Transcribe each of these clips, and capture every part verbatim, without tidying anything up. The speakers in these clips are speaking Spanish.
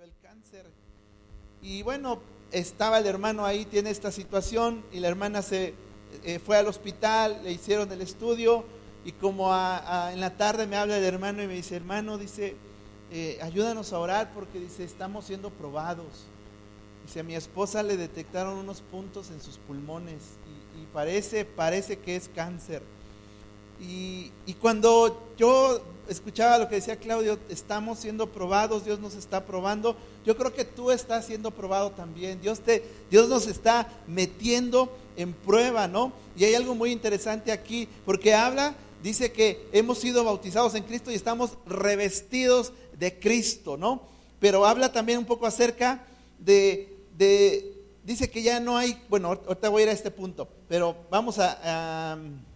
dio el cáncer. Y bueno, estaba el hermano ahí, tiene esta situación, y la hermana se eh, fue al hospital, le hicieron el estudio, y como a, a, en la tarde me habla el hermano y me dice, hermano, dice, eh, ayúdanos a orar porque dice, estamos siendo probados. Dice, a mi esposa le detectaron unos puntos en sus pulmones y, y parece, parece que es cáncer. Y, y cuando yo escuchaba lo que decía Claudio, estamos siendo probados, Dios nos está probando, yo creo que tú estás siendo probado también, Dios, te, Dios nos está metiendo en prueba, ¿no? Y hay algo muy interesante aquí, porque habla, dice que hemos sido bautizados en Cristo y estamos revestidos de Cristo, ¿no? Pero habla también un poco acerca de, de dice que ya no hay, bueno, ahorita voy a ir a este punto, pero vamos a... a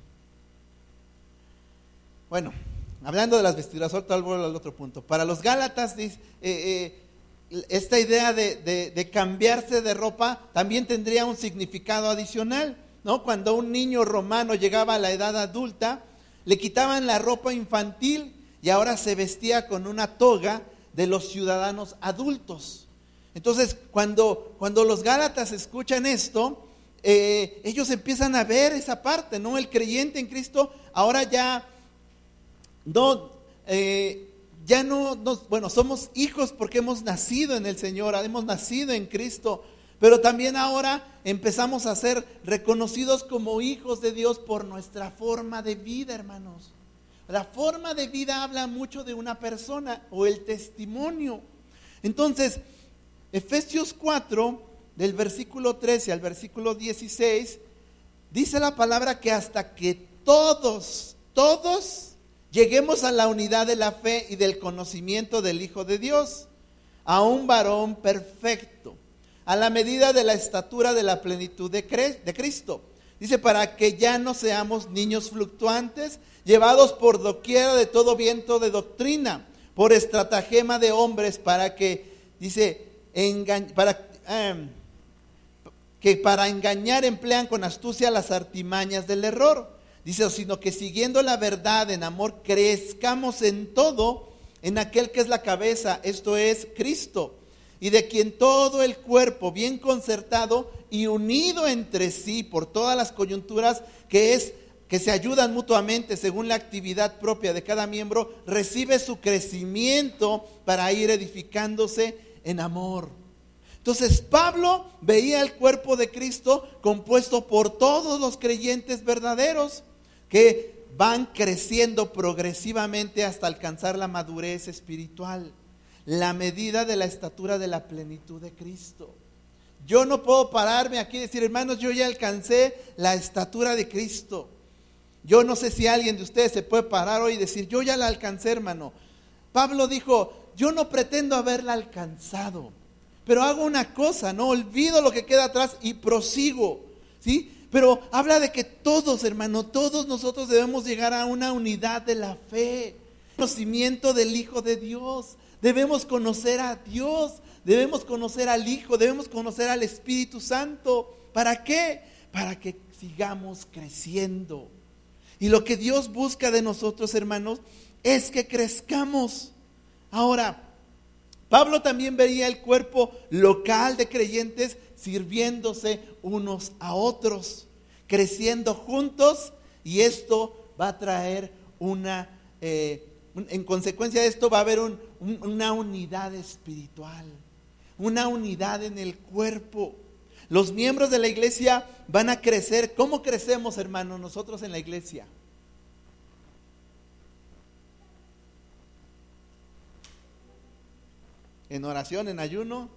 Bueno, hablando de las vestiduras, ahorita vuelvo al otro punto. Para los Gálatas, dice, eh, eh, esta idea de, de, de cambiarse de ropa también tendría un significado adicional, ¿no? Cuando un niño romano llegaba a la edad adulta, le quitaban la ropa infantil y ahora se vestía con una toga de los ciudadanos adultos. Entonces, cuando, cuando los Gálatas escuchan esto, eh, ellos empiezan a ver esa parte, ¿no? El creyente en Cristo ahora ya... No, eh, ya no, no, bueno, somos hijos porque hemos nacido en el Señor, hemos nacido en Cristo, pero también ahora empezamos a ser reconocidos como hijos de Dios por nuestra forma de vida, hermanos. La forma de vida habla mucho de una persona o el testimonio. Entonces, Efesios cuatro, del versículo trece al versículo dieciséis, dice la palabra que hasta que todos, todos... lleguemos a la unidad de la fe y del conocimiento del Hijo de Dios, a un varón perfecto, a la medida de la estatura de la plenitud de Cristo. Dice, para que ya no seamos niños fluctuantes, llevados por doquiera de todo viento de doctrina, por estratagema de hombres, para que, dice, enga- para, eh, que para engañar emplean con astucia las artimañas del error. Dice, sino que siguiendo la verdad en amor, crezcamos en todo en aquel que es la cabeza, esto es Cristo, y de quien todo el cuerpo, bien concertado y unido entre sí por todas las coyunturas, que es que se ayudan mutuamente según la actividad propia de cada miembro, recibe su crecimiento para ir edificándose en amor. Entonces Pablo veía el cuerpo de Cristo compuesto por todos los creyentes verdaderos, que van creciendo progresivamente hasta alcanzar la madurez espiritual, la medida de la estatura de la plenitud de Cristo. Yo no puedo pararme aquí y decir, hermanos, yo ya alcancé la estatura de Cristo. Yo no sé si alguien de ustedes se puede parar hoy y decir, yo ya la alcancé, hermano. Pablo dijo, yo no pretendo haberla alcanzado, pero hago una cosa, no olvido lo que queda atrás y prosigo, ¿sí? Pero habla de que todos, hermano, todos nosotros debemos llegar a una unidad de la fe, conocimiento del Hijo de Dios. Debemos conocer a Dios, debemos conocer al Hijo, debemos conocer al Espíritu Santo. ¿Para qué? Para que sigamos creciendo. Y lo que Dios busca de nosotros, hermanos, es que crezcamos. Ahora, Pablo también veía el cuerpo local de creyentes sirviéndose unos a otros, creciendo juntos, y esto va a traer una, eh, un, en consecuencia de esto va a haber un, un, una unidad espiritual, una unidad en el cuerpo. Los miembros de la iglesia van a crecer. ¿Cómo crecemos, hermanos, nosotros en la iglesia? En oración, en ayuno,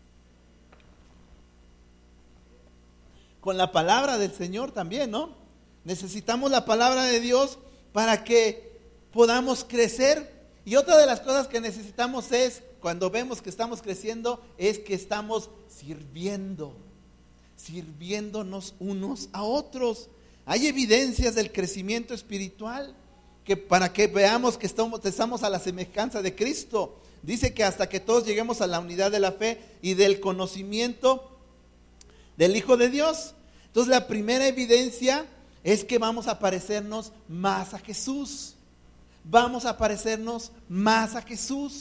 con la palabra del Señor también, ¿no? Necesitamos la palabra de Dios para que podamos crecer. Y otra de las cosas que necesitamos es, cuando vemos que estamos creciendo, es que estamos sirviendo, sirviéndonos unos a otros. Hay evidencias del crecimiento espiritual que para que veamos que estamos, estamos a la semejanza de Cristo. Dice que hasta que todos lleguemos a la unidad de la fe y del conocimiento del Hijo de Dios. Entonces la primera evidencia es que vamos a parecernos más a Jesús. Vamos a parecernos más a Jesús.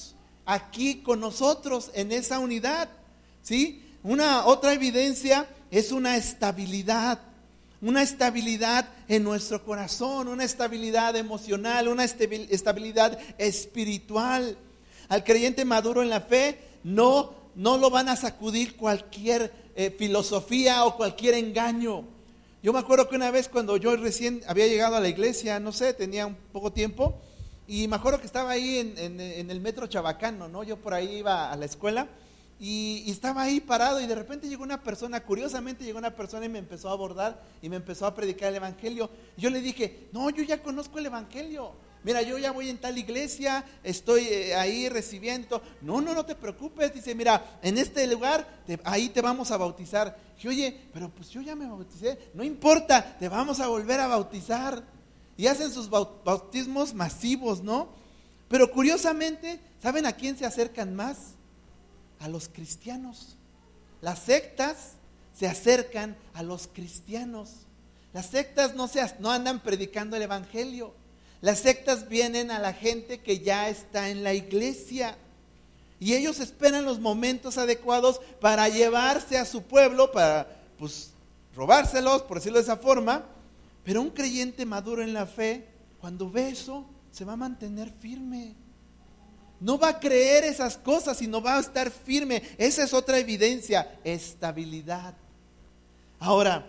aquí con nosotros en esa unidad, ¿sí? Una otra evidencia es una estabilidad, una estabilidad en nuestro corazón, una estabilidad emocional, una estabilidad espiritual. Al creyente maduro en la fe no, no lo van a sacudir cualquier eh, filosofía o cualquier engaño. Yo me acuerdo que una vez cuando yo recién había llegado a la iglesia, no sé, tenía un poco tiempo, y me acuerdo que estaba ahí en, en, en el metro Chabacano, ¿no? Yo por ahí iba a la escuela y, y estaba ahí parado y de repente llegó una persona, curiosamente llegó una persona y me empezó a abordar y me empezó a predicar el evangelio. Y yo le dije, no, yo ya conozco el evangelio. Mira, yo ya voy en tal iglesia, estoy eh, ahí recibiendo. No, no, no te preocupes. Dice, mira, en este lugar, te, ahí te vamos a bautizar. Dije, oye, pero pues yo ya me bauticé. No importa, te vamos a volver a bautizar. Y hacen sus bautismos masivos, ¿no? Pero curiosamente, ¿saben a quién se acercan más? A los cristianos. Las sectas se acercan a los cristianos. Las sectas no, se, no andan predicando el evangelio. Las sectas vienen a la gente que ya está en la iglesia y ellos esperan los momentos adecuados para llevarse a su pueblo, para pues robárselos, por decirlo de esa forma. Pero un creyente maduro en la fe, cuando ve eso, se va a mantener firme. No va a creer esas cosas, sino va a estar firme. Esa es otra evidencia, estabilidad. Ahora,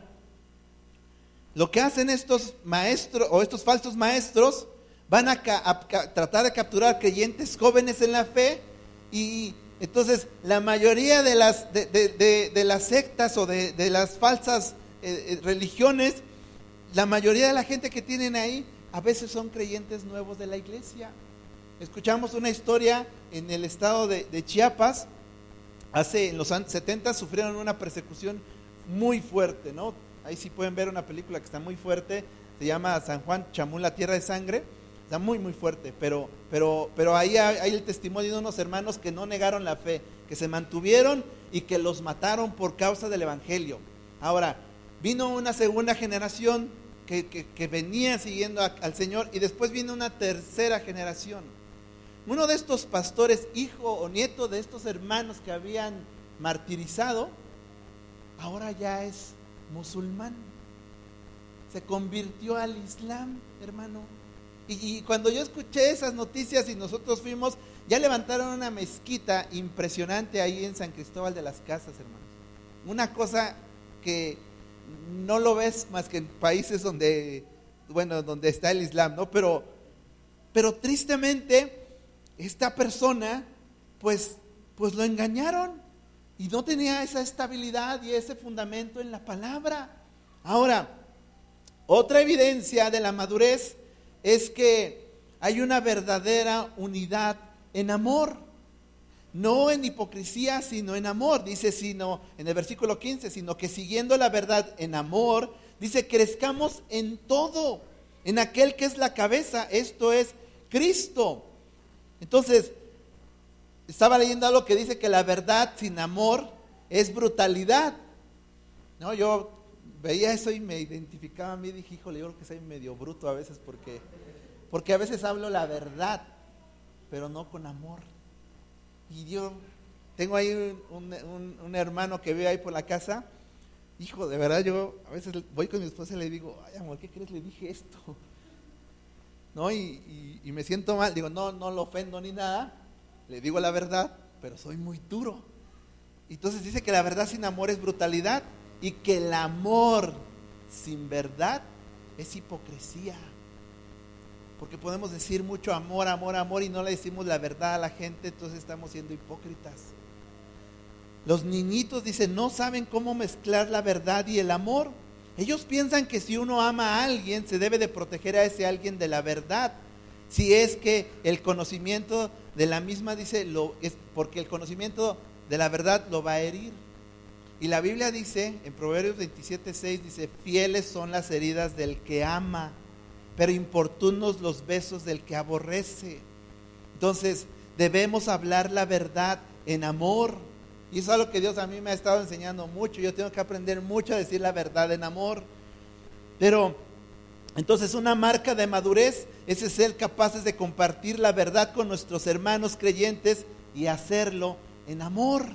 lo que hacen estos maestros o estos falsos maestros van a, ca- a ca- tratar de capturar creyentes jóvenes en la fe, y entonces la mayoría de las, de, de, de, de las sectas o de, de las falsas eh, religiones, la mayoría de la gente que tienen ahí a veces son creyentes nuevos de la iglesia. Escuchamos una historia en el estado de, de Chiapas. Hace en los setenta sufrieron una persecución muy fuerte, ¿no? Ahí sí pueden ver una película que está muy fuerte, se llama San Juan Chamula, Tierra de Sangre. Está muy muy fuerte, pero, pero, pero ahí hay, hay el testimonio de unos hermanos que no negaron la fe, que se mantuvieron y que los mataron por causa del evangelio. Ahora, vino una segunda generación que, que, que venía siguiendo a, al Señor, y después vino una tercera generación. Uno de estos pastores, hijo o nieto de estos hermanos que habían martirizado, ahora ya es musulmán, se convirtió al Islam, hermano. Y, y cuando yo escuché esas noticias y nosotros fuimos, ya levantaron una mezquita impresionante ahí en San Cristóbal de las Casas, hermanos. Una cosa que no lo ves más que en países donde, bueno, donde está el Islam, ¿no? Pero, pero tristemente, esta persona, pues, pues lo engañaron y no tenía esa estabilidad y ese fundamento en la palabra. Ahora, otra evidencia de la madurez es que hay una verdadera unidad en amor, no en hipocresía, sino en amor. Dice, sino en el versículo quince, sino que siguiendo la verdad en amor, dice, crezcamos en todo, en aquel que es la cabeza, esto es Cristo. Entonces, estaba leyendo algo que dice que la verdad sin amor es brutalidad, ¿no? Yo veía eso y me identificaba a mí, dije, híjole, yo creo que soy medio bruto a veces, porque, porque a veces hablo la verdad, pero no con amor. Y yo tengo ahí un, un, un hermano que vive ahí por la casa, hijo, de verdad, yo a veces voy con mi esposa y le digo, ay amor, ¿qué crees? Le dije esto, ¿no? Y, y, y me siento mal, digo, no, no lo ofendo ni nada, le digo la verdad, pero soy muy duro. Entonces dice que la verdad sin amor es brutalidad, y que el amor sin verdad es hipocresía. Porque podemos decir mucho amor, amor, amor, y no le decimos la verdad a la gente, entonces estamos siendo hipócritas. Los niñitos, dicen, no saben cómo mezclar la verdad y el amor. Ellos piensan que si uno ama a alguien, se debe de proteger a ese alguien de la verdad. Si es que el conocimiento de la misma, dice, lo, es porque el conocimiento de la verdad lo va a herir. Y la Biblia dice, en Proverbios veintisiete seis, dice, fieles son las heridas del que ama, pero importunos los besos del que aborrece. Entonces, debemos hablar la verdad en amor. Y eso es algo que Dios a mí me ha estado enseñando mucho. Yo tengo que aprender mucho a decir la verdad en amor. Pero, entonces, una marca de madurez es ser capaces de compartir la verdad con nuestros hermanos creyentes y hacerlo en amor.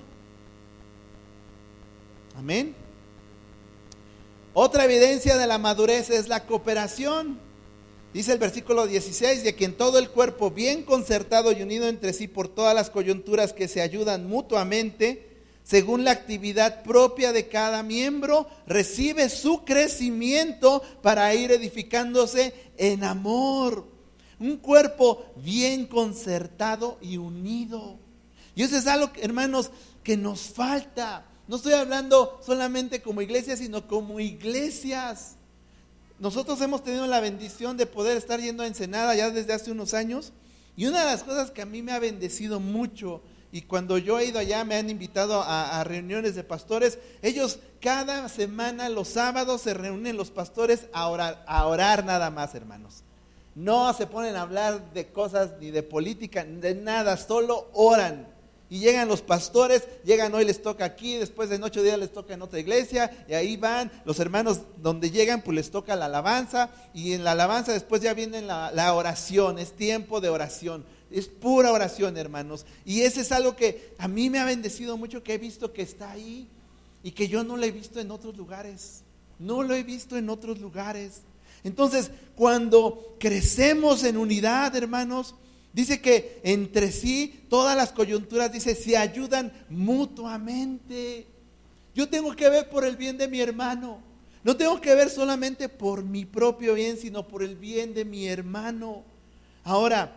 Amén. Otra evidencia de la madurez es la cooperación. Dice el versículo dieciséis, de que en todo el cuerpo, bien concertado y unido entre sí por todas las coyunturas que se ayudan mutuamente, según la actividad propia de cada miembro, recibe su crecimiento para ir edificándose en amor. Un cuerpo bien concertado y unido. Y eso es algo, hermanos, que nos falta. No estoy hablando solamente como iglesia, sino como iglesias. Nosotros hemos tenido la bendición de poder estar yendo a Ensenada ya desde hace unos años. Y una de las cosas que a mí me ha bendecido mucho, y cuando yo he ido allá me han invitado a, a reuniones de pastores, ellos cada semana los sábados se reúnen los pastores a orar, a orar nada más, hermanos. No se ponen a hablar de cosas ni de política, de nada, solo oran. Y llegan los pastores, llegan hoy les toca aquí, después de ocho días les toca en otra iglesia, y ahí van, los hermanos donde llegan pues les toca la alabanza, y en la alabanza después ya viene la, la oración, es tiempo de oración, es pura oración, hermanos. Y ese es algo que a mí me ha bendecido mucho, que he visto que está ahí, y que yo no lo he visto en otros lugares, no lo he visto en otros lugares. Entonces, cuando crecemos en unidad, hermanos, dice que entre sí, todas las coyunturas, dice, se ayudan mutuamente. Yo tengo que ver por el bien de mi hermano. No tengo que ver solamente por mi propio bien, sino por el bien de mi hermano. Ahora,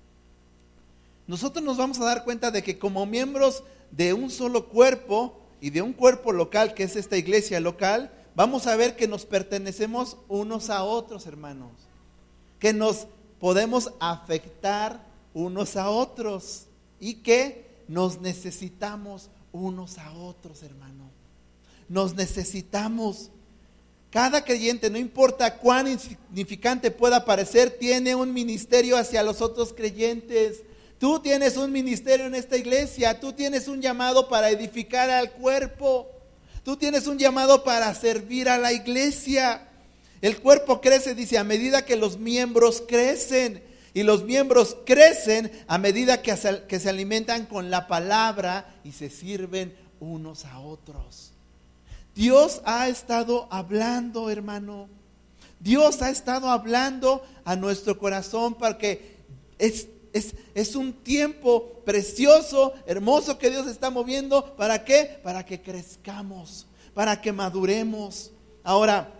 nosotros nos vamos a dar cuenta de que como miembros de un solo cuerpo y de un cuerpo local, que es esta iglesia local, vamos a ver que nos pertenecemos unos a otros, hermanos. Que nos podemos afectar unos a otros y que nos necesitamos unos a otros, hermano. Nos necesitamos. Cada creyente, no importa cuán insignificante pueda parecer, tiene un ministerio hacia los otros creyentes. Tú tienes un ministerio en esta iglesia, tú tienes un llamado para edificar al cuerpo, tú tienes un llamado para servir a la iglesia. El cuerpo crece, dice, a medida que los miembros crecen. Y los miembros crecen a medida que se, que se alimentan con la palabra y se sirven unos a otros. Dios ha estado hablando, hermano. Dios ha estado hablando a nuestro corazón para que es, es, es un tiempo precioso, hermoso que Dios está moviendo. ¿Para qué? Para que crezcamos, para que maduremos. Ahora,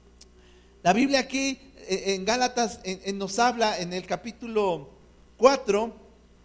la Biblia aquí en Gálatas en, en nos habla en el capítulo cuatro,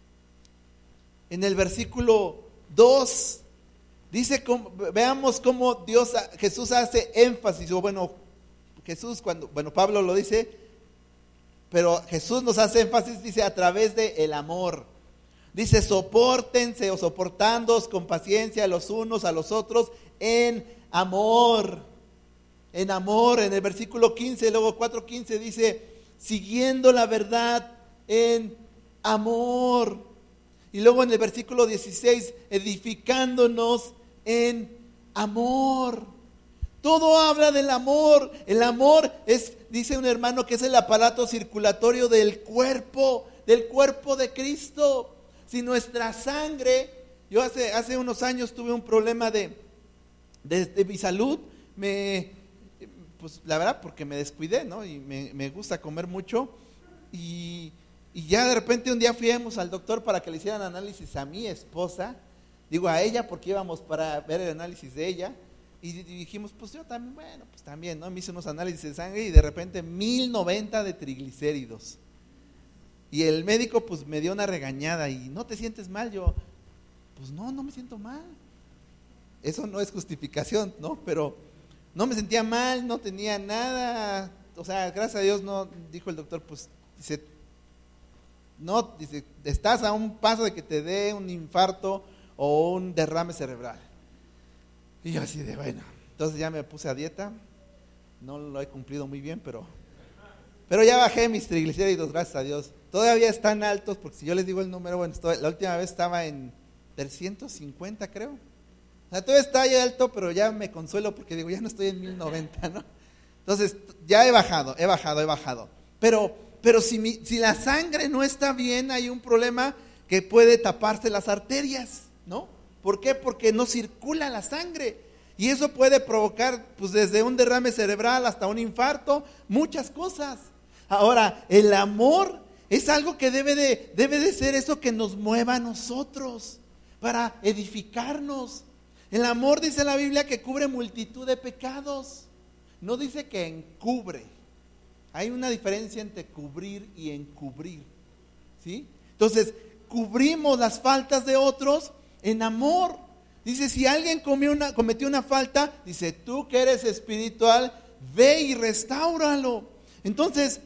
en el versículo dos, dice, cómo, veamos cómo Dios, Jesús hace énfasis, o bueno, Jesús cuando, bueno, Pablo lo dice, pero Jesús nos hace énfasis, dice, a través de el amor. Dice, sopórtense o soportándoos con paciencia los unos a los otros en amor. En amor, en el versículo quince, luego cuatro quince dice, siguiendo la verdad en amor. Y luego en el versículo dieciséis, edificándonos en amor. Todo habla del amor. El amor es, dice un hermano, que es el aparato circulatorio del cuerpo, del cuerpo de Cristo. Si nuestra sangre, yo hace, hace unos años tuve un problema de, de, de mi salud, me... pues la verdad porque me descuidé, ¿no? Y me, me gusta comer mucho y, y ya de repente un día fuimos al doctor para que le hicieran análisis a mi esposa, digo a ella porque íbamos para ver el análisis de ella y, y dijimos, pues yo también, bueno, pues también, ¿no? Me hice unos análisis de sangre y de repente mil noventa de triglicéridos y el médico pues me dio una regañada y ¿no te sientes mal? Yo, pues no, no me siento mal. Eso no es justificación, ¿no? Pero no me sentía mal, no tenía nada, o sea, gracias a Dios no, dijo el doctor, pues, dice, no, dice, estás a un paso de que te dé un infarto o un derrame cerebral. Y yo así de, bueno, entonces ya me puse a dieta, no lo he cumplido muy bien, pero, pero ya bajé mis triglicéridos, gracias a Dios. Todavía están altos, porque si yo les digo el número, bueno, estoy, la última vez estaba en trescientos cincuenta, creo. O sea, todavía está ya alto, pero ya me consuelo porque digo, ya no estoy en mil noventa, ¿no? Entonces, ya he bajado, he bajado, he bajado. Pero, pero si, mi, si la sangre no está bien, hay un problema que puede taparse las arterias, ¿no? ¿Por qué? Porque no circula la sangre. Y eso puede provocar, pues, desde un derrame cerebral hasta un infarto, muchas cosas. Ahora, el amor es algo que debe de, debe de ser eso que nos mueva a nosotros para edificarnos. El amor, dice la Biblia, que cubre multitud de pecados. No dice que encubre. Hay una diferencia entre cubrir y encubrir, ¿sí? Entonces, cubrimos las faltas de otros en amor. Dice, si alguien comió una, cometió una falta, dice, tú que eres espiritual, ve y restáuralo. Entonces,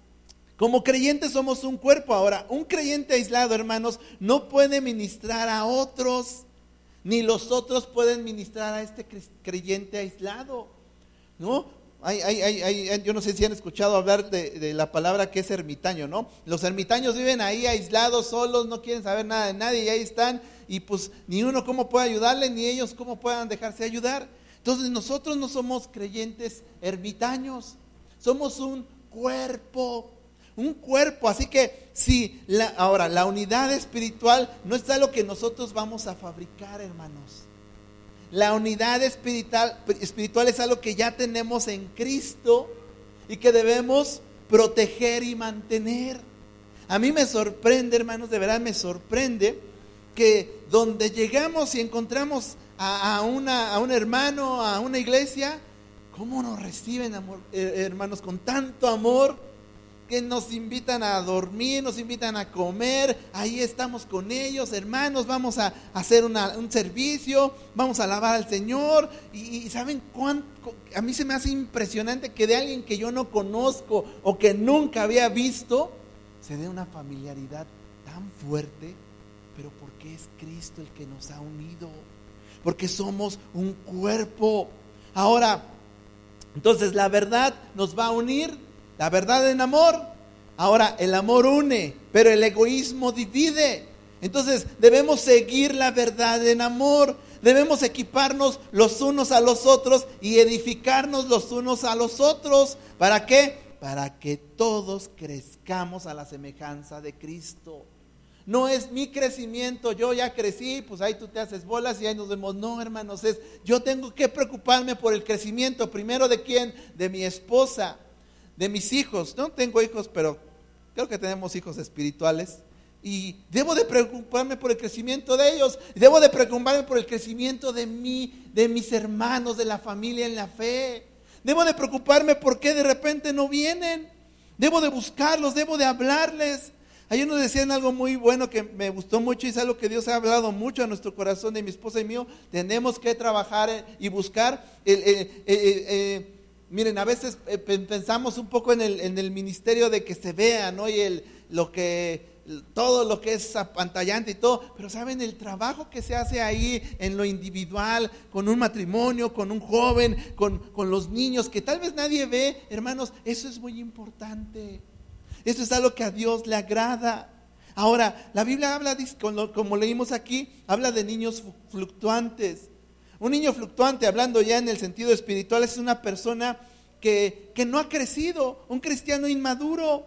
como creyentes somos un cuerpo. Ahora, un creyente aislado, hermanos, no puede ministrar a otros, ni los otros pueden ministrar a este creyente aislado, ¿no? Hay, hay, hay, hay, yo no sé si han escuchado hablar de, de la palabra que es ermitaño, ¿no? Los ermitaños viven ahí aislados, solos, no quieren saber nada de nadie, y ahí están, y pues ni uno cómo puede ayudarle, ni ellos cómo puedan dejarse ayudar. Entonces nosotros no somos creyentes ermitaños, somos un cuerpo, un cuerpo. Así que si la, ahora la unidad espiritual no es algo que nosotros vamos a fabricar, hermanos. La unidad espiritual, espiritual es algo que ya tenemos en Cristo y que debemos proteger y mantener. A mí me sorprende, hermanos, de verdad me sorprende que donde llegamos y encontramos a, a, una, a un hermano, a una iglesia, ¿cómo nos reciben, amor, hermanos, con tanto amor? Que nos invitan a dormir, nos invitan a comer, ahí estamos con ellos, hermanos, vamos a hacer una, un servicio, vamos a alabar al Señor. Y, y ¿saben cuánto? A mí se me hace impresionante que de alguien que yo no conozco o que nunca había visto, se dé una familiaridad tan fuerte, pero porque es Cristo el que nos ha unido, porque somos un cuerpo. Ahora, entonces la verdad nos va a unir. La verdad en amor. Ahora, el amor une, pero el egoísmo divide. Entonces debemos seguir la verdad en amor. Debemos equiparnos los unos a los otros y edificarnos los unos a los otros. ¿Para qué? Para que todos crezcamos a la semejanza de Cristo. No es mi crecimiento, yo ya crecí, pues ahí tú te haces bolas y ahí nos vemos. No, hermanos, es yo tengo que preocuparme por el crecimiento. Primero, ¿de quién? De mi esposa, de mis hijos. No tengo hijos, pero creo que tenemos hijos espirituales. Y debo de preocuparme por el crecimiento de ellos. Debo de preocuparme por el crecimiento de mí, de mis hermanos, de la familia en la fe. Debo de preocuparme por qué de repente no vienen. Debo de buscarlos, debo de hablarles. Ayer nos decían algo muy bueno que me gustó mucho y es algo que Dios ha hablado mucho a nuestro corazón, de mi esposa y mío. Tenemos que trabajar y buscar el... el, el, el, el Miren, a veces eh, pensamos un poco en el, en el ministerio de que se vea, ¿no? Y el, lo que, todo lo que es apantallante y todo, pero ¿saben el trabajo que se hace ahí en lo individual, con un matrimonio, con un joven, con, con los niños, que tal vez nadie ve, hermanos? Eso es muy importante. Eso es algo que a Dios le agrada. Ahora, la Biblia habla, como leímos aquí, habla de niños fluctuantes. Un niño fluctuante, hablando ya en el sentido espiritual, es una persona que, que no ha crecido, un cristiano inmaduro.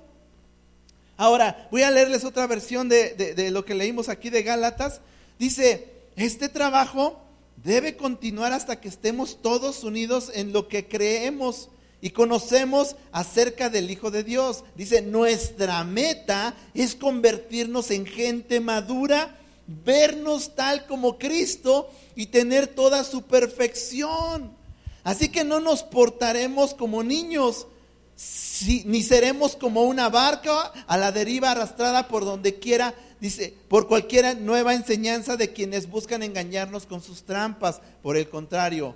Ahora, voy a leerles otra versión de, de, de lo que leímos aquí de Gálatas. Dice, este trabajo debe continuar hasta que estemos todos unidos en lo que creemos y conocemos acerca del Hijo de Dios. Dice, nuestra meta es convertirnos en gente madura, vernos tal como Cristo y tener toda su perfección. Así que no nos portaremos como niños, si, ni seremos como una barca a la deriva arrastrada por donde quiera, dice, por cualquier nueva enseñanza de quienes buscan engañarnos con sus trampas. Por el contrario,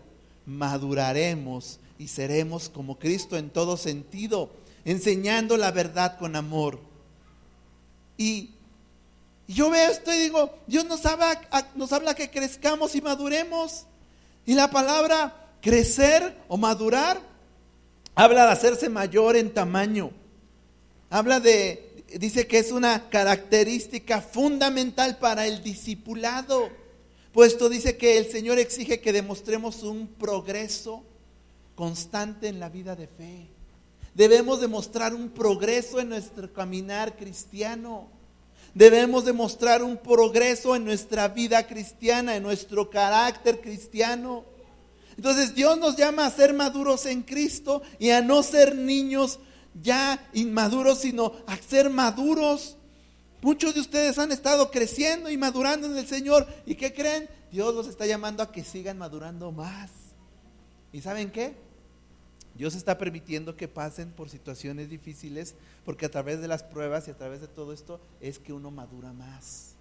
maduraremos y seremos como Cristo en todo sentido, enseñando la verdad con amor. Y yo veo esto y digo, Dios nos habla, nos habla que crezcamos y maduremos. Y la palabra crecer o madurar habla de hacerse mayor en tamaño. Habla de, dice que es una característica fundamental para el discipulado. Puesto dice que el Señor exige que demostremos un progreso constante en la vida de fe. Debemos demostrar un progreso en nuestro caminar cristiano. Debemos demostrar un progreso en nuestra vida cristiana, en nuestro carácter cristiano. Entonces Dios nos llama a ser maduros en Cristo y a no ser niños ya inmaduros, sino a ser maduros. Muchos de ustedes han estado creciendo y madurando en el Señor. ¿Y qué creen? Dios los está llamando a que sigan madurando más. ¿Y saben qué? Dios está permitiendo que pasen por situaciones difíciles, porque a través de las pruebas y a través de todo esto es que uno madura más.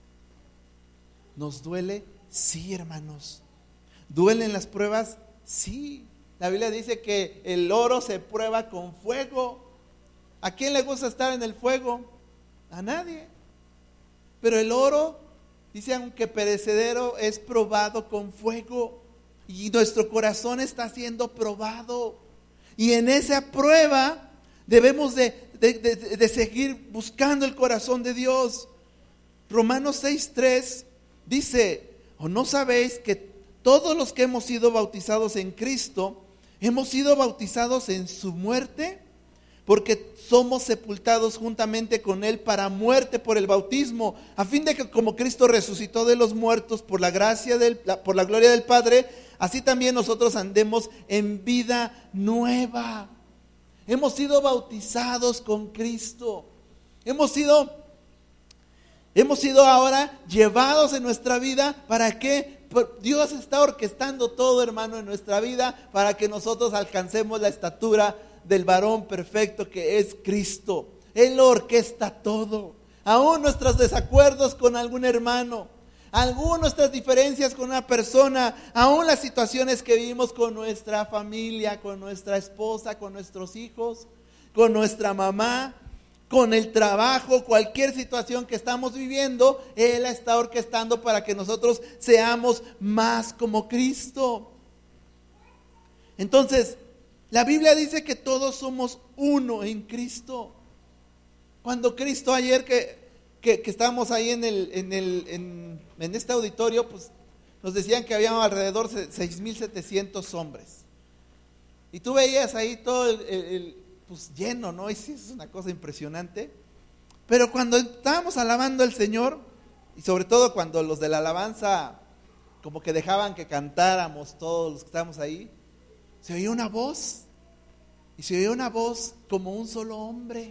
¿Nos duele? Sí, hermanos. ¿Duelen las pruebas? Sí. La Biblia dice que el oro se prueba con fuego. ¿A quién le gusta estar en el fuego? A nadie. Pero el oro, dice, aunque perecedero, es probado con fuego. Y nuestro corazón está siendo probado. Y en esa prueba debemos de, de, de, de seguir buscando el corazón de Dios. Romanos seis tres dice: ¿o no sabéis que todos los que hemos sido bautizados en Cristo, hemos sido bautizados en su muerte? Porque somos sepultados juntamente con Él para muerte por el bautismo, a fin de que como Cristo resucitó de los muertos por la gracia del, por la gloria del Padre, así también nosotros andemos en vida nueva. Hemos sido bautizados con Cristo. Hemos sido, hemos sido ahora llevados en nuestra vida. ¿Para qué? Dios está orquestando todo, hermano, en nuestra vida para que nosotros alcancemos la estatura del varón perfecto que es Cristo. Él lo orquesta todo. Aún nuestros desacuerdos con algún hermano, aún nuestras diferencias con una persona, aún las situaciones que vivimos con nuestra familia, con nuestra esposa, con nuestros hijos, con nuestra mamá, con el trabajo, cualquier situación que estamos viviendo, Él la está orquestando para que nosotros seamos más como Cristo. Entonces, la Biblia dice que todos somos uno en Cristo. Cuando Cristo ayer que, que, que estábamos ahí en, el, en, el, en, en este auditorio, pues nos decían que había alrededor de seis mil setecientos hombres. Y tú veías ahí todo el, el, el pues lleno, ¿no? Y sí, es una cosa impresionante. Pero cuando estábamos alabando al Señor, y sobre todo cuando los de la alabanza como que dejaban que cantáramos todos los que estábamos ahí, se oía una voz, y se oía una voz como un solo hombre.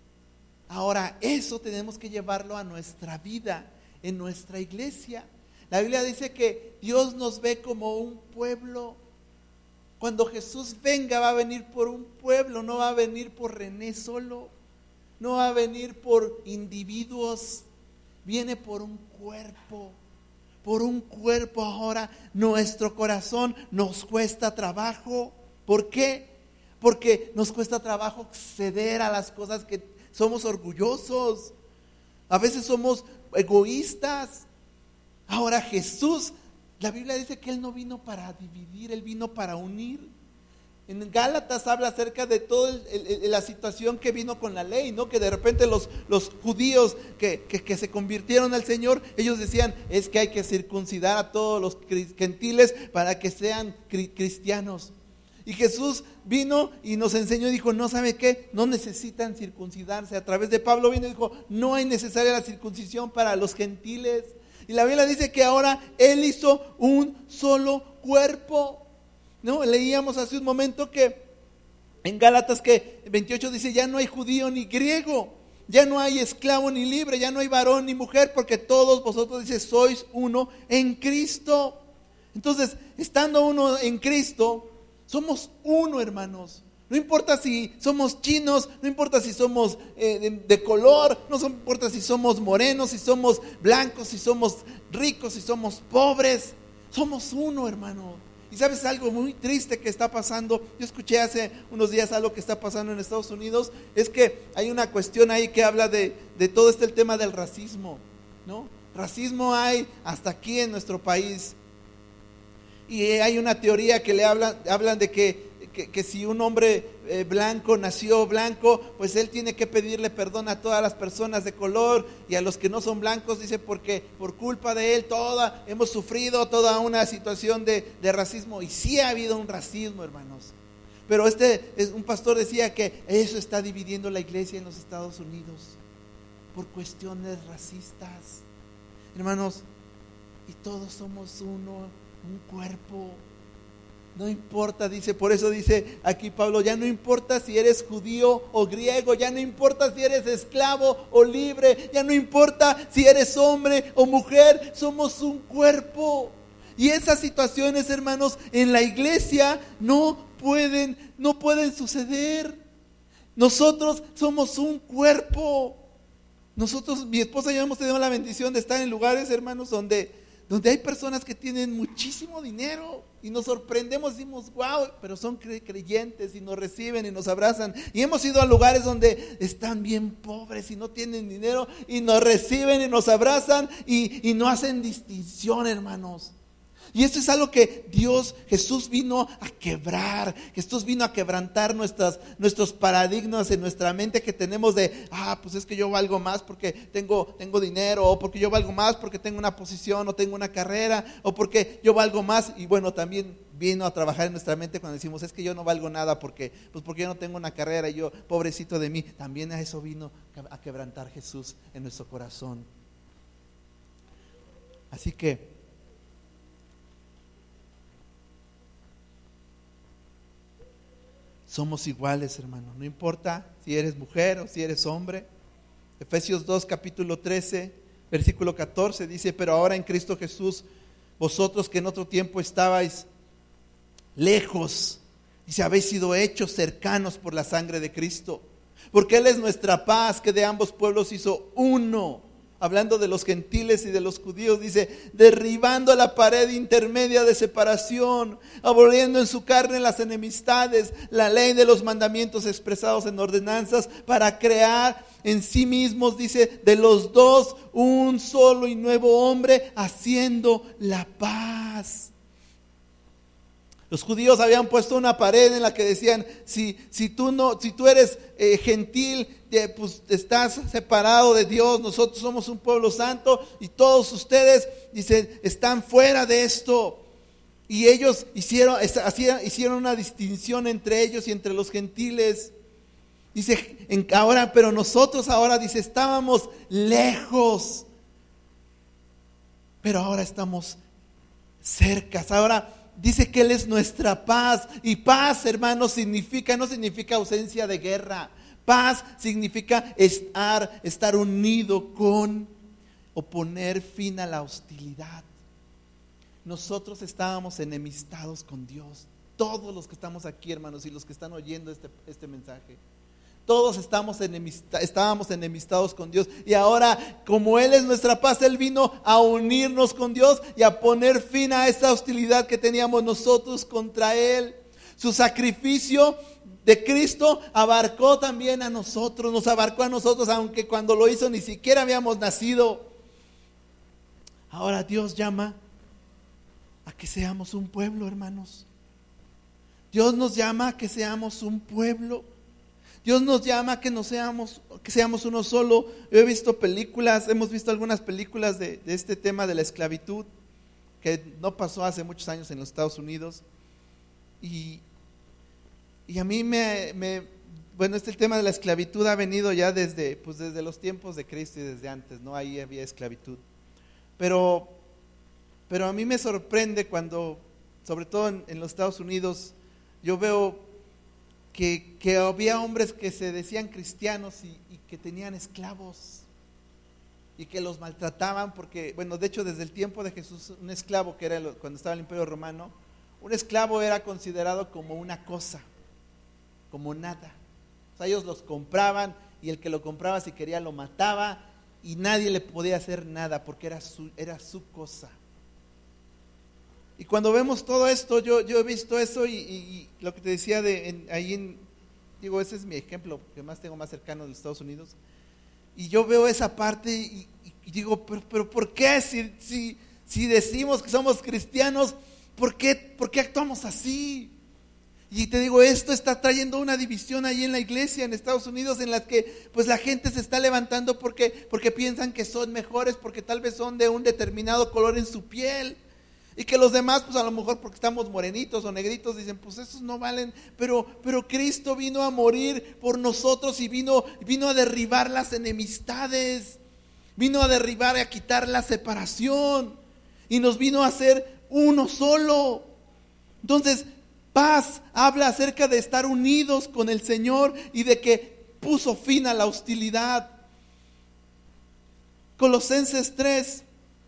Ahora, eso tenemos que llevarlo a nuestra vida, en nuestra iglesia. La Biblia dice que Dios nos ve como un pueblo. Cuando Jesús venga, va a venir por un pueblo, no va a venir por René solo, no va a venir por individuos, viene por un cuerpo. Por un cuerpo. Ahora nuestro corazón nos cuesta trabajo. ¿Por qué? Porque nos cuesta trabajo ceder a las cosas que somos orgullosos. A veces somos egoístas. Ahora Jesús, la Biblia dice que Él no vino para dividir, Él vino para unir. En Gálatas habla acerca de toda la situación que vino con la ley, ¿no? Que de repente los, los judíos que, que, que se convirtieron al Señor, ellos decían, es que hay que circuncidar a todos los gentiles para que sean cristianos. Y Jesús vino y nos enseñó y dijo, no, ¿sabe qué? No necesitan circuncidarse. A través de Pablo vino y dijo, no hay necesaria la circuncisión para los gentiles. Y la Biblia dice que ahora Él hizo un solo cuerpo. No, leíamos hace un momento que en Gálatas que veintiocho dice, ya no hay judío ni griego, ya no hay esclavo ni libre, ya no hay varón ni mujer, porque todos vosotros, dice, sois uno en Cristo. Entonces, estando uno en Cristo, somos uno, hermanos. No importa si somos chinos, no importa si somos eh, de, de color, no importa si somos morenos, si somos blancos, si somos ricos, si somos pobres, somos uno, hermano. Y sabes algo muy triste que está pasando, yo escuché hace unos días algo que está pasando en Estados Unidos, es que hay una cuestión ahí que habla de, de todo este el tema del racismo, ¿no? Racismo hay hasta aquí en nuestro país. Y hay una teoría que le hablan, hablan de que, que, que si un hombre eh, blanco nació blanco, pues él tiene que pedirle perdón a todas las personas de color y a los que no son blancos, dice, porque por culpa de él toda, hemos sufrido toda una situación de, de racismo. Y sí ha habido un racismo, hermanos. Pero este, un pastor decía que eso está dividiendo la iglesia en los Estados Unidos. por cuestiones racistas. Hermanos, y todos somos uno, un cuerpo. No importa, dice, por eso dice aquí Pablo, ya no importa si eres judío o griego, ya no importa si eres esclavo o libre, ya no importa si eres hombre o mujer, somos un cuerpo. Y esas situaciones, hermanos, en la iglesia no pueden, no pueden suceder. Nosotros somos un cuerpo. Nosotros, mi esposa y yo hemos tenido la bendición de estar en lugares, hermanos, donde, donde hay personas que tienen muchísimo dinero y nos sorprendemos, decimos, wow, pero son creyentes y nos reciben y nos abrazan. Y hemos ido a lugares donde están bien pobres y no tienen dinero y nos reciben y nos abrazan y, y no hacen distinción, hermanos. Y esto es algo que Dios, Jesús vino a quebrar. Jesús vino a quebrantar nuestras, nuestros paradigmas en nuestra mente que tenemos de, ah, pues es que yo valgo más porque tengo, tengo dinero, o porque yo valgo más porque tengo una posición, o tengo una carrera, o porque yo valgo más. Y bueno, también vino a trabajar en nuestra mente cuando decimos, es que yo no valgo nada porque, pues porque yo no tengo una carrera y yo, pobrecito de mí. También a eso vino a quebrantar Jesús en nuestro corazón. Así que somos iguales, hermano, no importa si eres mujer o si eres hombre. Efesios dos, capítulo trece, versículo catorce dice, pero ahora en Cristo Jesús, vosotros que en otro tiempo estabais lejos, dice, habéis sido hechos cercanos por la sangre de Cristo, porque Él es nuestra paz, que de ambos pueblos hizo uno. Hablando de los gentiles y de los judíos, dice, derribando la pared intermedia de separación, aboliendo en su carne las enemistades, la ley de los mandamientos expresados en ordenanzas, para crear en sí mismos, dice, de los dos un solo y nuevo hombre, haciendo la paz. Los judíos habían puesto una pared en la que decían, si, si, tú, no, si tú eres eh, gentil, eh, pues estás separado de Dios, nosotros somos un pueblo santo y todos ustedes, dice, están fuera de esto. Y ellos hicieron, hicieron una distinción entre ellos y entre los gentiles. Dice, en, ahora, pero nosotros ahora, dice, estábamos lejos, pero ahora estamos cercas. Ahora dice que Él es nuestra paz. Y paz, hermanos, significa, no significa ausencia de guerra. Paz significa estar, estar unido con o poner fin a la hostilidad. Nosotros estábamos enemistados con Dios. Todos los que estamos aquí, hermanos, y los que están oyendo este, este mensaje. Todos estamos enemista, estábamos enemistados con Dios. Y ahora, como Él es nuestra paz, Él vino a unirnos con Dios y a poner fin a esa hostilidad que teníamos nosotros contra Él. Su sacrificio de Cristo abarcó también a nosotros, nos abarcó a nosotros, aunque cuando lo hizo ni siquiera habíamos nacido. Ahora Dios llama a que seamos un pueblo, hermanos. Dios nos llama a que seamos un pueblo. Dios nos llama a que, no seamos, que seamos uno solo. Yo he visto películas, hemos visto algunas películas de, de este tema de la esclavitud, que no pasó hace muchos años en los Estados Unidos. Y, y a mí me, me, bueno, este tema de la esclavitud ha venido ya desde, pues desde los tiempos de Cristo y desde antes, ¿no? Ahí había esclavitud. Pero, pero a mí me sorprende cuando, sobre todo en, en los Estados Unidos, yo veo Que, que había hombres que se decían cristianos y, y que tenían esclavos y que los maltrataban porque, bueno, de hecho desde el tiempo de Jesús, un esclavo que era el, cuando estaba el Imperio Romano, un esclavo era considerado como una cosa, como nada. O sea, ellos los compraban y el que lo compraba si quería lo mataba y nadie le podía hacer nada porque era su, era su cosa. Y cuando vemos todo esto, yo, yo he visto eso y, y, y lo que te decía de en, ahí en, digo, ese es mi ejemplo que más tengo más cercano de los Estados Unidos. Y yo veo esa parte y, y, y digo, pero, pero ¿por qué? Si, si, si decimos que somos cristianos, ¿por qué, ¿por qué actuamos así? Y te digo, esto está trayendo una división ahí en la iglesia en Estados Unidos, en la que pues la gente se está levantando porque, porque piensan que son mejores, porque tal vez son de un determinado color en su piel. Y que los demás, pues a lo mejor porque estamos morenitos o negritos, dicen, pues esos no valen. Pero, pero Cristo vino a morir por nosotros y vino, vino a derribar las enemistades. Vino a derribar y a quitar la separación. Y nos vino a hacer uno solo. Entonces, paz habla acerca de estar unidos con el Señor y de que puso fin a la hostilidad. Colosenses tres.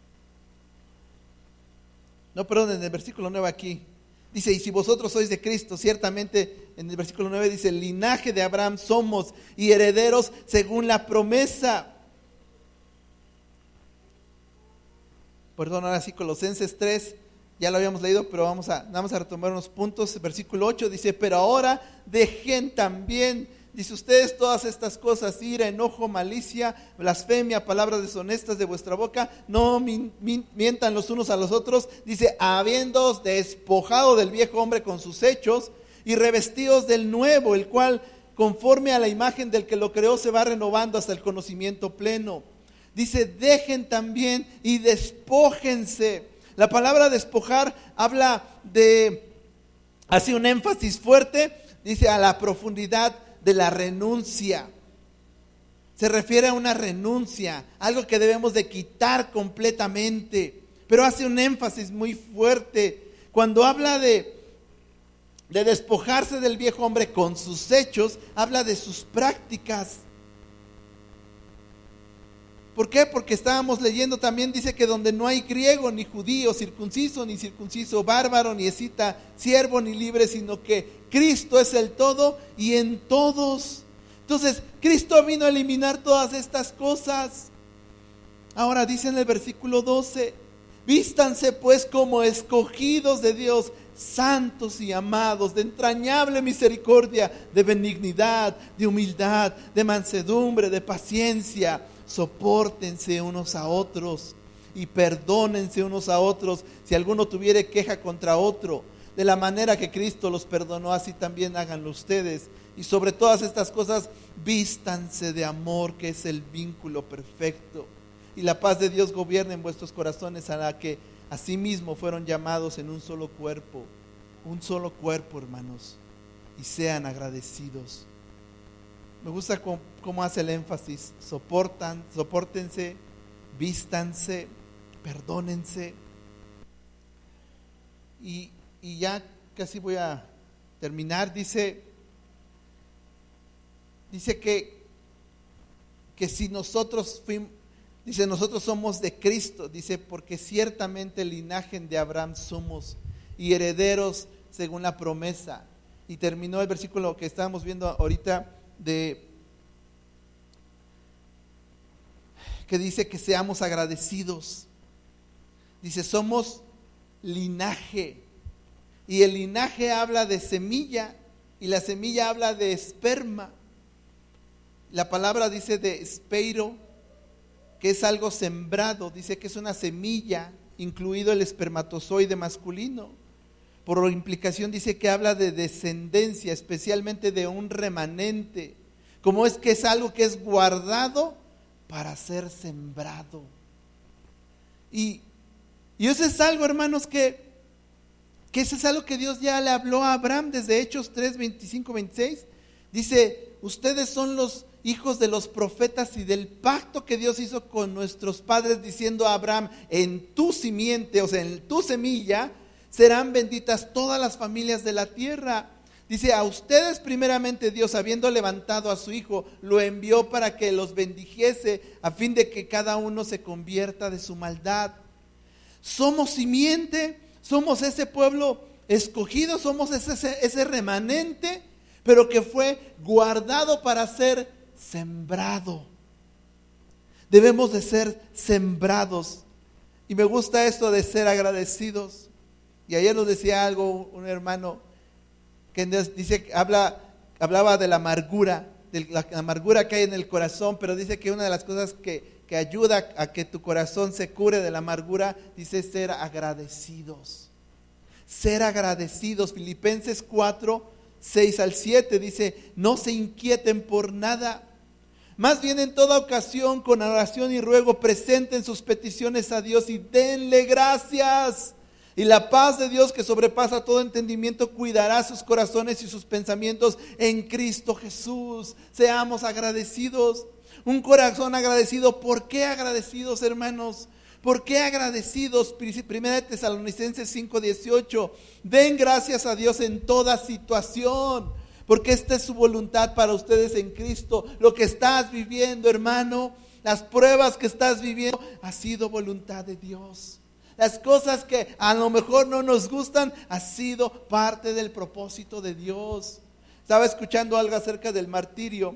No, perdón, en el versículo nueve aquí. Dice, y si vosotros sois de Cristo, ciertamente en el versículo nueve dice, linaje de Abraham somos y herederos según la promesa. Perdón, ahora sí, Colosenses tres, ya lo habíamos leído, pero vamos a, vamos a retomar unos puntos. Versículo ocho dice, pero ahora dejen también, dice, ustedes todas estas cosas, ira, enojo, malicia, blasfemia, palabras deshonestas de vuestra boca, no min, min, mientan los unos a los otros. Dice, habiéndoos despojado del viejo hombre con sus hechos y revestidos del nuevo, el cual conforme a la imagen del que lo creó se va renovando hasta el conocimiento pleno. Dice, dejen también y despójense. La palabra despojar habla de, hace un énfasis fuerte, dice a la profundidad de la renuncia. Se refiere a una renuncia, algo que debemos de quitar completamente, pero hace un énfasis muy fuerte. Cuando habla de, de despojarse del viejo hombre con sus hechos, habla de sus prácticas. ¿Por qué? Porque estábamos leyendo también, dice que donde no hay griego, ni judío, circunciso, ni circunciso, bárbaro, ni escita, siervo, ni libre, sino que Cristo es el todo y en todos. Entonces, Cristo vino a eliminar todas estas cosas. Ahora dice en el versículo doce, vístanse pues como escogidos de Dios, santos y amados, de entrañable misericordia, de benignidad, de humildad, de mansedumbre, de paciencia. Sopórtense unos a otros y perdónense unos a otros si alguno tuviere queja contra otro. De la manera que Cristo los perdonó, así también háganlo ustedes. Y sobre todas estas cosas, vístanse de amor, que es el vínculo perfecto. Y la paz de Dios gobierne en vuestros corazones, a la que asimismo fueron llamados en un solo cuerpo. Un solo cuerpo, hermanos. Y sean agradecidos. Me gusta cómo, cómo hace el énfasis. Soportan, sopórtense, vístanse, perdónense. Y, y ya casi voy a terminar. Dice, dice que, que si nosotros fuimos, dice, nosotros somos de Cristo. Dice, porque ciertamente el linaje de Abraham somos y herederos según la promesa. Y terminó el versículo que estábamos viendo ahorita, de que dice que seamos agradecidos. Dice, somos linaje, y el linaje habla de semilla, y la semilla habla de esperma. La palabra dice de espeiro, que es algo sembrado, dice que es una semilla, incluido el espermatozoide masculino. Por implicación dice que habla de descendencia, especialmente de un remanente, como es que es algo que es guardado para ser sembrado. Y, y eso es algo, hermanos, que, que eso es algo que Dios ya le habló a Abraham desde Hechos tres, veinticinco, veintiséis. Dice, ustedes son los hijos de los profetas y del pacto que Dios hizo con nuestros padres, diciendo a Abraham, en tu simiente, o sea, en tu semilla, serán benditas todas las familias de la tierra. Dice, a ustedes primeramente Dios, habiendo levantado a su Hijo, lo envió para que los bendijese, a fin de que cada uno se convierta de su maldad. Somos simiente, somos ese pueblo escogido, somos ese, ese remanente, pero que fue guardado para ser sembrado. Debemos de ser sembrados. Y me gusta esto de ser agradecidos. Y ayer nos decía algo un hermano que dice, habla, hablaba de la amargura, de la amargura que hay en el corazón, pero dice que una de las cosas que, que ayuda a que tu corazón se cure de la amargura, dice ser agradecidos. Ser agradecidos. Filipenses cuatro, seis al siete dice, no se inquieten por nada, más bien en toda ocasión con oración y ruego presenten sus peticiones a Dios y denle gracias. Y la paz de Dios que sobrepasa todo entendimiento cuidará sus corazones y sus pensamientos en Cristo Jesús. Seamos agradecidos. Un corazón agradecido. ¿Por qué agradecidos, hermanos? ¿Por qué agradecidos? Primera de Tesalonicenses cinco dieciocho. Den gracias a Dios en toda situación, porque esta es su voluntad para ustedes en Cristo. Lo que estás viviendo, hermano, las pruebas que estás viviendo, ha sido voluntad de Dios. Las cosas que a lo mejor no nos gustan, ha sido parte del propósito de Dios. Estaba escuchando algo acerca del martirio,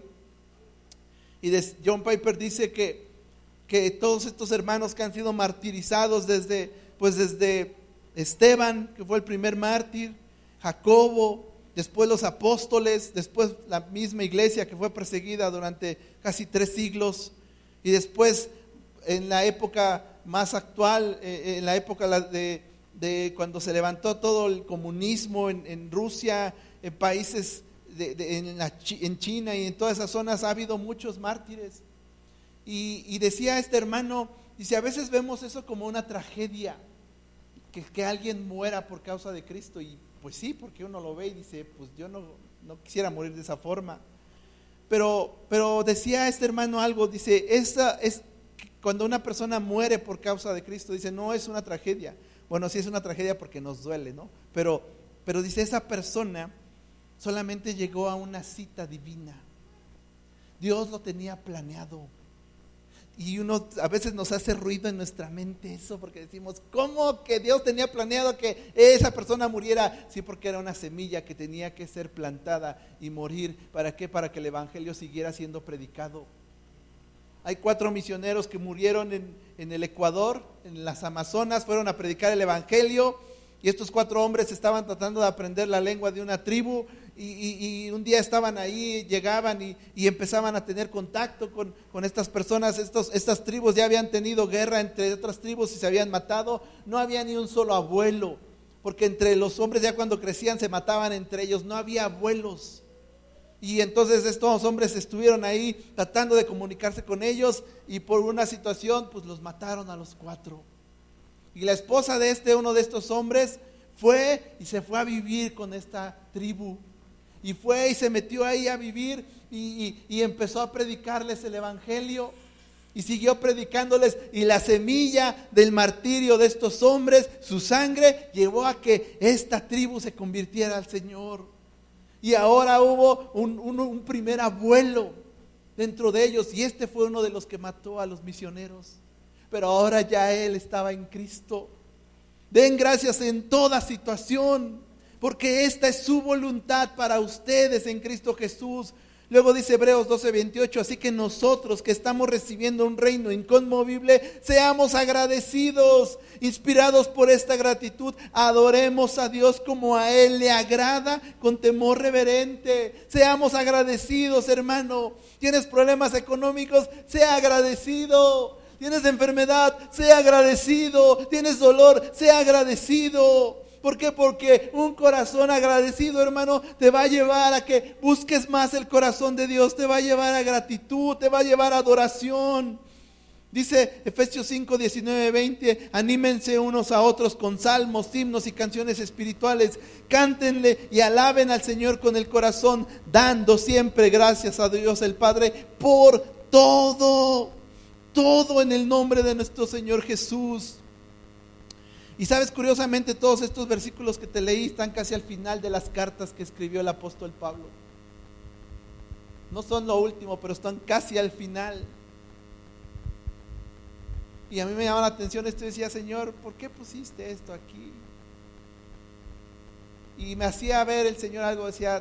y John Piper dice que que todos estos hermanos que han sido martirizados desde, pues desde Esteban, que fue el primer mártir, Jacobo, después los apóstoles, después la misma iglesia que fue perseguida durante casi tres siglos, y después en la época más actual, eh, en la época de, de cuando se levantó todo el comunismo en, en Rusia, en países de, de, en, la, en China y en todas esas zonas, ha habido muchos mártires. Y, y decía este hermano, dice, a veces vemos eso como una tragedia, que, que alguien muera por causa de Cristo. Y pues sí, porque uno lo ve y dice, pues yo no, no quisiera morir de esa forma. Pero, pero decía este hermano algo, dice, esa es cuando una persona muere por causa de Cristo, dice, no es una tragedia. Bueno, sí es una tragedia porque nos duele, ¿no? Pero, pero dice, esa persona solamente llegó a una cita divina. Dios lo tenía planeado. Y uno a veces nos hace ruido en nuestra mente eso, porque decimos, ¿cómo que Dios tenía planeado que esa persona muriera? Sí, porque era una semilla que tenía que ser plantada y morir. ¿Para qué? Para que el evangelio siguiera siendo predicado. Hay cuatro misioneros que murieron en, en el Ecuador, en las Amazonas, fueron a predicar el evangelio, y estos cuatro hombres estaban tratando de aprender la lengua de una tribu. Y, y, y un día estaban ahí, llegaban y, y empezaban a tener contacto con, con estas personas. Estos, estas tribus ya habían tenido guerra entre otras tribus y se habían matado. No había ni un solo abuelo, porque entre los hombres ya cuando crecían se mataban entre ellos, no había abuelos. Y entonces estos hombres estuvieron ahí tratando de comunicarse con ellos, y por una situación pues los mataron a los cuatro. Y la esposa de este, uno de estos hombres, fue y se fue a vivir con esta tribu. Y fue y se metió ahí a vivir y, y, y empezó a predicarles el evangelio. Y siguió predicándoles, y la semilla del martirio de estos hombres, su sangre, llevó a que esta tribu se convirtiera al Señor. Y ahora hubo un, un, un primer abuelo dentro de ellos, y este fue uno de los que mató a los misioneros. Pero ahora ya él estaba en Cristo. Den gracias en toda situación, porque esta es su voluntad para ustedes en Cristo Jesús. Luego dice Hebreos doce veintiocho, así que nosotros que estamos recibiendo un reino inconmovible, seamos agradecidos, inspirados por esta gratitud, adoremos a Dios como a Él le agrada, con temor reverente. Seamos agradecidos, hermano. ¿Tienes problemas económicos? Sea agradecido. ¿Tienes enfermedad? Sea agradecido. ¿Tienes dolor? Sea agradecido. ¿Por qué? Porque un corazón agradecido, hermano, te va a llevar a que busques más el corazón de Dios, te va a llevar a gratitud, te va a llevar a adoración. Dice Efesios cinco, diecinueve, veinte, anímense unos a otros con salmos, himnos y canciones espirituales, cántenle y alaben al Señor con el corazón, dando siempre gracias a Dios el Padre por todo, todo en el nombre de nuestro Señor Jesús. Y sabes, curiosamente, todos estos versículos que te leí están casi al final de las cartas que escribió el apóstol Pablo. No son lo último, pero están casi al final. Y a mí me llamaba la atención esto y decía, Señor, ¿por qué pusiste esto aquí? Y me hacía ver el Señor algo, decía,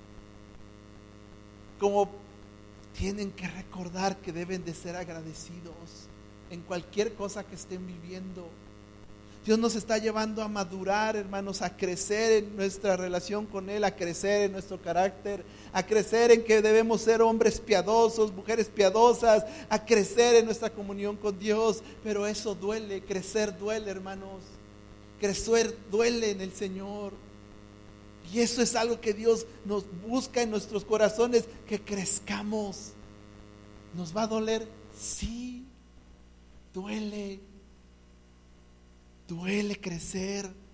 como tienen que recordar que deben de ser agradecidos en cualquier cosa que estén viviendo. Dios nos está llevando a madurar, hermanos, a crecer en nuestra relación con Él, a crecer en nuestro carácter, a crecer en que debemos ser hombres piadosos, mujeres piadosas, a crecer en nuestra comunión con Dios. Pero eso duele, crecer duele, hermanos. Crecer duele en el Señor. Y eso es algo que Dios nos busca en nuestros corazones, que crezcamos. ¿Nos va a doler? Sí, duele. Duele crecer,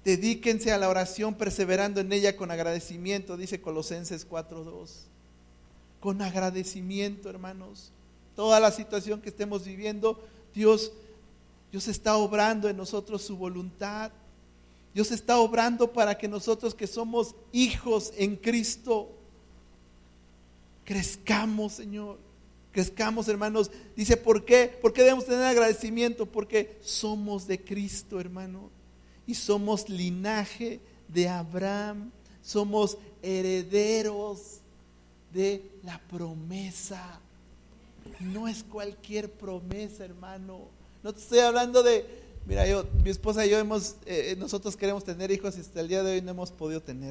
Dedíquense a la oración perseverando en ella con agradecimiento, dice Colosenses cuatro dos. Con agradecimiento, hermanos. Toda la situación que estemos viviendo, Dios, Dios está obrando en nosotros su voluntad. Dios está obrando para que nosotros que somos hijos en Cristo, crezcamos, Señor. Crezcamos, hermanos. Dice, ¿por qué? ¿Por qué debemos tener agradecimiento? Porque somos de Cristo, hermano. Y somos linaje de Abraham. Somos herederos de la promesa. No es cualquier promesa, hermano. No te estoy hablando de, mira, yo, mi esposa y yo hemos, eh, nosotros queremos tener hijos y hasta el día de hoy no hemos podido tener.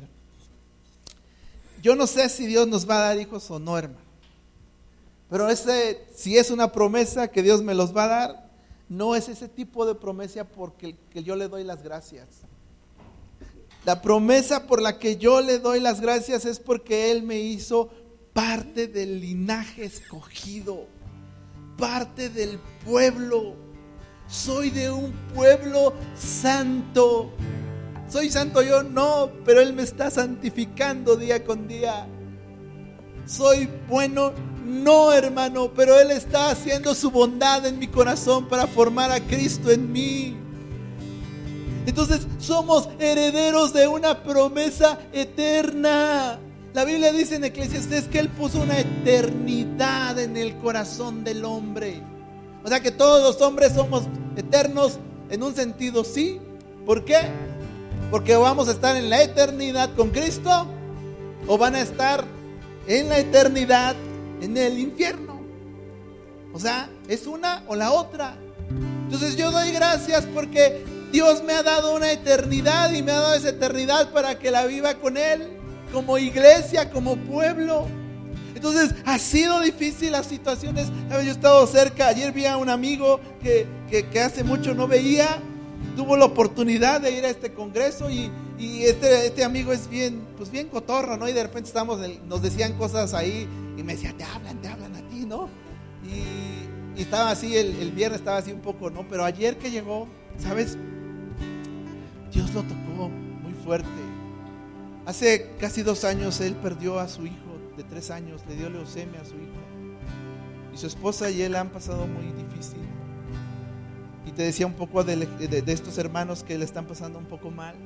Yo no sé si Dios nos va a dar hijos o no, hermano. Pero ese, si es una promesa que Dios me los va a dar, no es ese tipo de promesa porque que yo le doy las gracias. La promesa por la que yo le doy las gracias es porque Él me hizo parte del linaje escogido, parte del pueblo. Soy de un pueblo santo. ¿Soy santo yo? No, pero Él me está santificando día con día. ¿Soy bueno? No, hermano, pero Él está haciendo su bondad en mi corazón para formar a Cristo en mí. Entonces somos herederos de una promesa eterna. La Biblia dice en Eclesiastés que Él puso una eternidad en el corazón del hombre. O sea que todos los hombres somos eternos en un sentido, sí. ¿Por qué? Porque vamos a estar en la eternidad con Cristo o van a estar en la eternidad en el infierno. O sea, es una o la otra. Entonces yo doy gracias porque Dios me ha dado una eternidad y me ha dado esa eternidad para que la viva con Él, como iglesia, como pueblo. Entonces ha sido difícil las situaciones. Yo he estado cerca, ayer vi a un amigo que, que, que hace mucho no veía. Tuvo la oportunidad de ir a este congreso y, y este, este amigo es bien, pues bien cotorro, ¿no? Y de repente estábamos, nos decían cosas ahí y me decía, te hablan, te hablan a ti, ¿no? Y, y estaba así, el, el viernes estaba así un poco, ¿no? Pero ayer que llegó, ¿sabes? Dios lo tocó muy fuerte. Hace casi dos años él perdió a su hijo de tres años, le dio leucemia a su hijo. Y su esposa y él han pasado muy difícil. Y te decía un poco de, de, de estos hermanos que le están pasando un poco mal.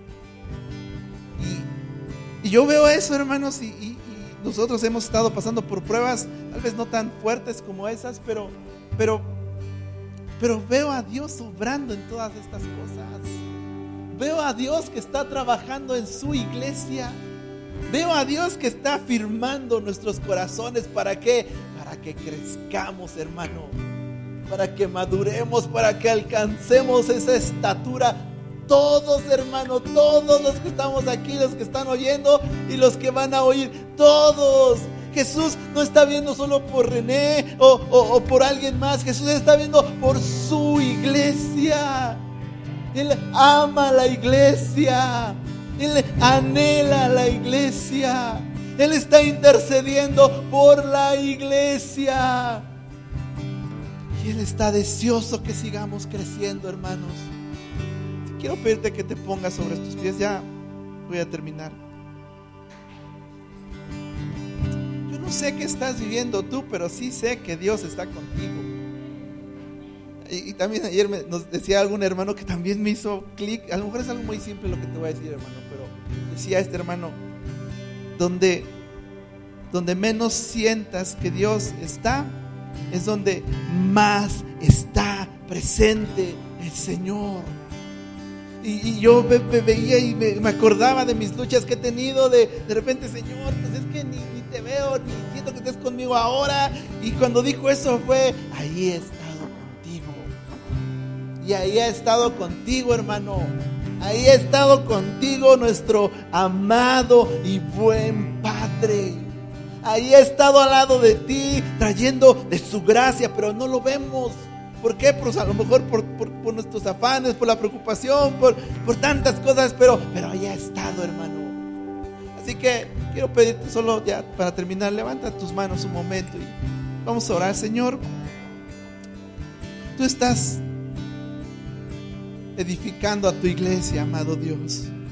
Y, y yo veo eso, hermanos, y, y, y nosotros hemos estado pasando por pruebas, tal vez no tan fuertes como esas, pero, pero, pero veo a Dios obrando en todas estas cosas. Veo a Dios que está trabajando en su iglesia. Veo a Dios que está afirmando nuestros corazones. ¿Para qué? Para que crezcamos, hermano. Para que maduremos, para que alcancemos esa estatura. Todos, hermano, todos los que estamos aquí, los que están oyendo y los que van a oír, todos. Jesús no está viendo solo por René o, o, o por alguien más. Jesús está viendo por su iglesia. Él ama la iglesia. Él anhela la iglesia. Él está intercediendo por la iglesia. Y Él está deseoso que sigamos creciendo, hermanos. Quiero pedirte que te pongas sobre tus pies. Ya voy a terminar. Yo no sé qué estás viviendo tú, pero sí sé que Dios está contigo. Y, y también ayer me, nos decía algún hermano que también me hizo clic. A lo mejor es algo muy simple lo que te voy a decir, hermano, pero decía este hermano, donde, donde menos sientas que Dios está, es donde más está presente el Señor. Y, y yo me, me veía y me, me acordaba de mis luchas que he tenido, de, de repente, Señor, pues es que ni, ni te veo, ni siento que estés conmigo ahora. Y cuando dijo eso fue, ahí he estado contigo. Y ahí ha estado contigo, hermano. Ahí ha estado contigo nuestro amado y buen Padre. Ahí ha estado al lado de ti, trayendo de su gracia, pero no lo vemos. ¿Por qué? Pues a lo mejor por, por, por nuestros afanes, por la preocupación, por, por tantas cosas, pero, pero ahí ha estado, hermano. Así que quiero pedirte solo ya para terminar, levanta tus manos un momento y vamos a orar. Señor, tú estás edificando a tu iglesia, amado Dios.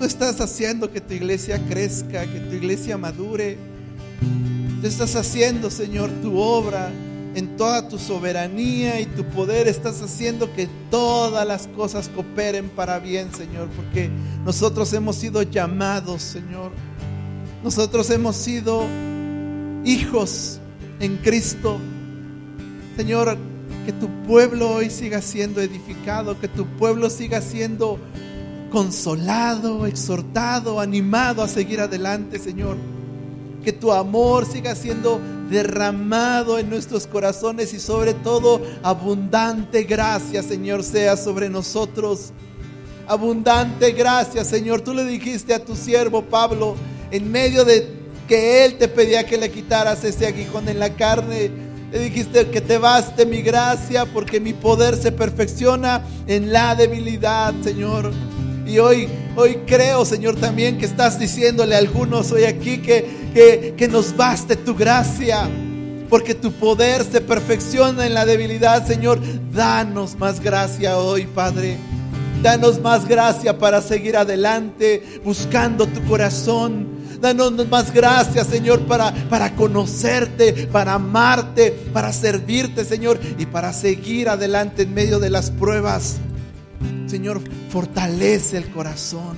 tú estás haciendo que tu iglesia crezca, que tu iglesia madure. Tú estás haciendo, Señor, tu obra en toda tu soberanía y tu poder. Estás haciendo que todas las cosas cooperen para bien, Señor, porque nosotros hemos sido llamados, Señor. Nosotros hemos sido hijos en Cristo. Señor, que tu pueblo hoy siga siendo edificado, que tu pueblo siga siendo consolado, exhortado, animado a seguir adelante, Señor. Que tu amor siga siendo derramado en nuestros corazones y sobre todo abundante gracia, Señor, sea sobre nosotros. Abundante gracia, Señor. Tú le dijiste a tu siervo Pablo, en medio de que él te pedía que le quitaras ese aguijón en la carne, le dijiste que te baste mi gracia, porque mi poder se perfecciona en la debilidad, Señor. Y hoy, hoy creo, Señor, también que estás diciéndole a algunos hoy aquí que, que, que nos baste tu gracia, porque tu poder se perfecciona en la debilidad, Señor. Danos más gracia hoy, Padre. Danos más gracia para seguir adelante, buscando tu corazón. Danos más gracia, Señor, para, para conocerte, para amarte, para servirte, Señor, y para seguir adelante en medio de las pruebas. Señor, fortalece el corazón.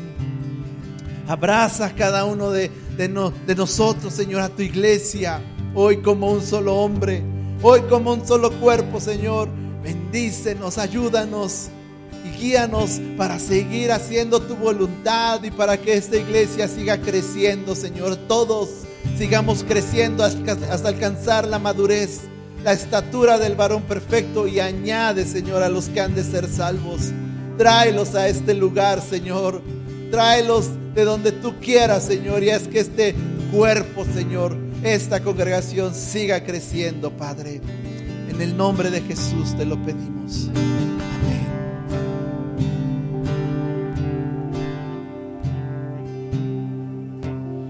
Abraza a cada uno de, de, no, de nosotros, Señor, a tu iglesia, hoy como un solo hombre, hoy como un solo cuerpo, Señor. Bendícenos, ayúdanos y guíanos para seguir haciendo tu voluntad y para que esta iglesia siga creciendo, Señor. Todos sigamos creciendo hasta, hasta alcanzar la madurez, la estatura del varón perfecto, y añade, Señor, a los que han de ser salvos. Tráelos a este lugar, Señor. Tráelos de donde tú quieras, Señor. Y es que este cuerpo, Señor, esta congregación siga creciendo, Padre. En el nombre de Jesús te lo pedimos.